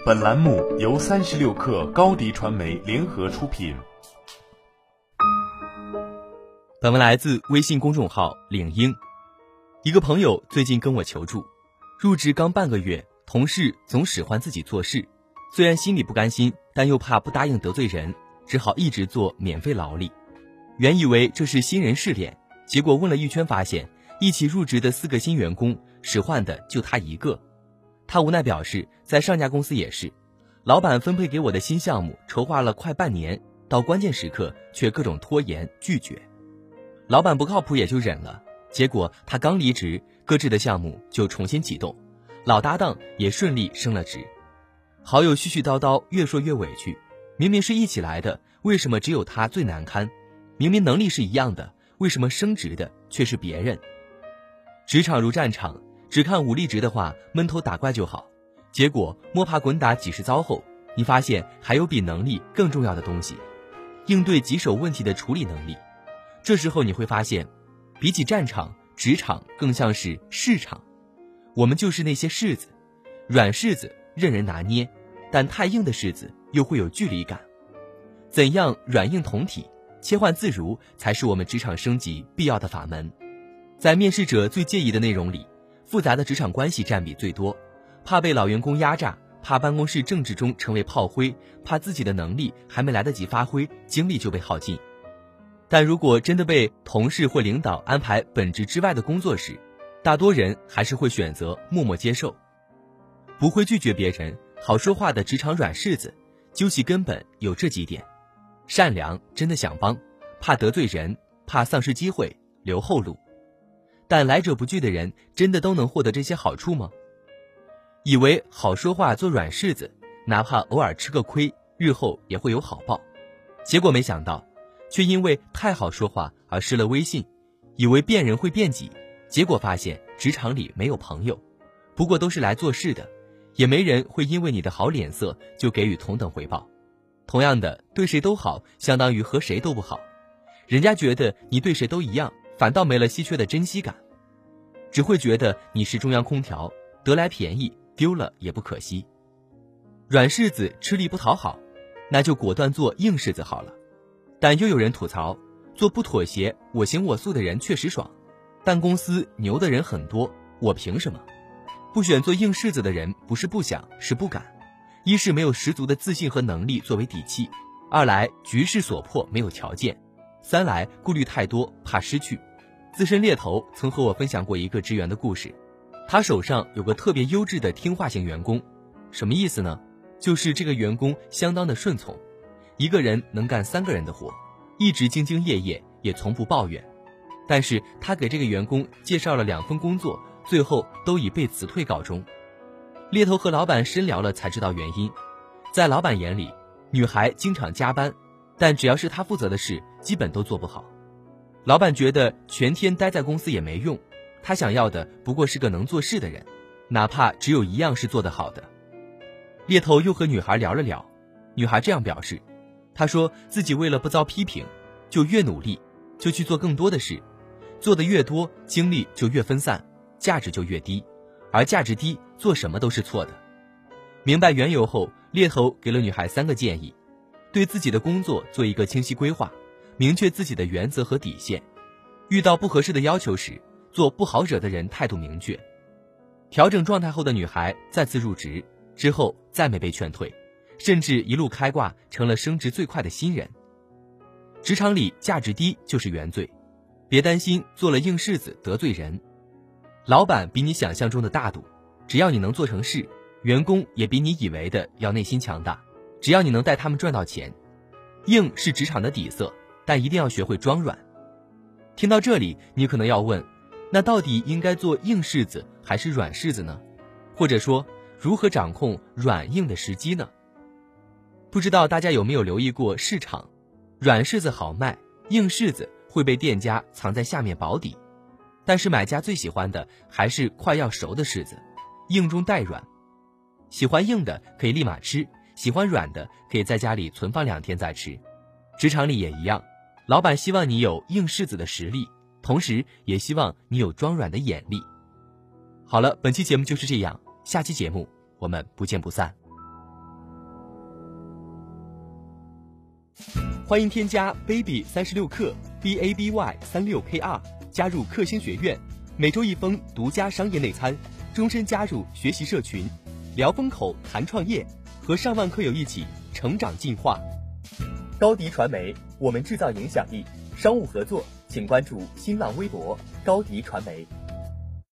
本栏目由36氪高迪传媒联合出品。 本文来自微信公众号领英。一个朋友最近跟我求助，入职刚半个月，同事总使唤自己做事，虽然心里不甘心，但又怕不答应得罪人，只好一直做免费劳力。原以为这是新人试炼，结果问了一圈发现，一起入职的4个新员工使唤的就他一个。他无奈表示，在上家公司也是，老板分配给我的新项目筹划了快半年，到关键时刻却各种拖延拒绝。老板不靠谱也就忍了，结果他刚离职，搁置的项目就重新启动，老搭档也顺利升了职。好友絮絮叨叨，越说越委屈，明明是一起来的，为什么只有他最难堪？明明能力是一样的，为什么升职的却是别人？职场如战场，只看武力值的话，闷头打怪就好，结果摸爬滚打几十遭后，你发现还有比能力更重要的东西，应对棘手问题的处理能力。这时候你会发现，比起战场，职场更像是市场。我们就是那些柿子，软柿子任人拿捏，但太硬的柿子又会有距离感。怎样软硬同体，切换自如，才是我们职场升级必要的法门。在面试者最介意的内容里，复杂的职场关系占比最多，怕被老员工压榨，怕办公室政治中成为炮灰，怕自己的能力还没来得及发挥，精力就被耗尽。但如果真的被同事或领导安排本职之外的工作时，大多人还是会选择默默接受。不会拒绝别人，好说话的职场软柿子，究其根本有这几点：善良，真的想帮，怕得罪人，怕丧失机会，留后路。但来者不拒的人真的都能获得这些好处吗？以为好说话做软柿子，哪怕偶尔吃个亏，日后也会有好报，结果没想到却因为太好说话而失了威信，以为辩人会辩己，结果发现职场里没有朋友，不过都是来做事的，也没人会因为你的好脸色就给予同等回报。同样的，对谁都好相当于和谁都不好，人家觉得你对谁都一样，反倒没了稀缺的珍惜感，只会觉得你是中央空调，得来便宜，丢了也不可惜。软柿子吃力不讨好，那就果断做硬柿子好了。但又有人吐槽，做不妥协我行我素的人确实爽，但公司牛的人很多，我凭什么？不选做硬柿子的人不是不想，是不敢。一是没有十足的自信和能力作为底气，二来局势所迫没有条件，三来顾虑太多怕失去。资深猎头曾和我分享过一个职员的故事，他手上有个特别优质的听话型员工。什么意思呢？就是这个员工相当的顺从，一个人能干3个人的活，一直兢兢业业，也从不抱怨。但是他给这个员工介绍了2份工作，最后都以被辞退告终。猎头和老板深聊了才知道原因，在老板眼里，女孩经常加班，但只要是她负责的事，基本都做不好。老板觉得全天待在公司也没用，他想要的不过是个能做事的人，哪怕只有一样是做得好的。猎头又和女孩聊了聊，女孩这样表示，她说自己为了不遭批评，就越努力，就去做更多的事，做得越多，精力就越分散，价值就越低，而价值低，做什么都是错的。明白缘由后，猎头给了女孩3个建议：对自己的工作做一个清晰规划，明确自己的原则和底线，遇到不合适的要求时，做不好惹的人态度明确。调整状态后的女孩再次入职，之后再没被劝退，甚至一路开挂，成了升职最快的新人。职场里价值低就是原罪，别担心做了硬柿子得罪人。老板比你想象中的大度，只要你能做成事，员工也比你以为的要内心强大，只要你能带他们赚到钱。硬是职场的底色，但一定要学会装软。听到这里，你可能要问，那到底应该做硬柿子还是软柿子呢？或者说，如何掌控软硬的时机呢？不知道大家有没有留意过市场，软柿子好卖，硬柿子会被店家藏在下面保底，但是买家最喜欢的还是快要熟的柿子，硬中带软。喜欢硬的可以立马吃，喜欢软的可以在家里存放2天再吃。职场里也一样，老板希望你有硬柿子的实力，同时也希望你有装软的眼力。好了，本期节目就是这样，下期节目我们不见不散。 欢迎添加 baby 36课 BABY36KR 加入克星学院，每周1封独家商业内参，终身加入学习社群，聊风口谈创业，和上万课友一起成长进化。高迪传媒，我们制造影响力。商务合作请关注新浪微博高迪传媒。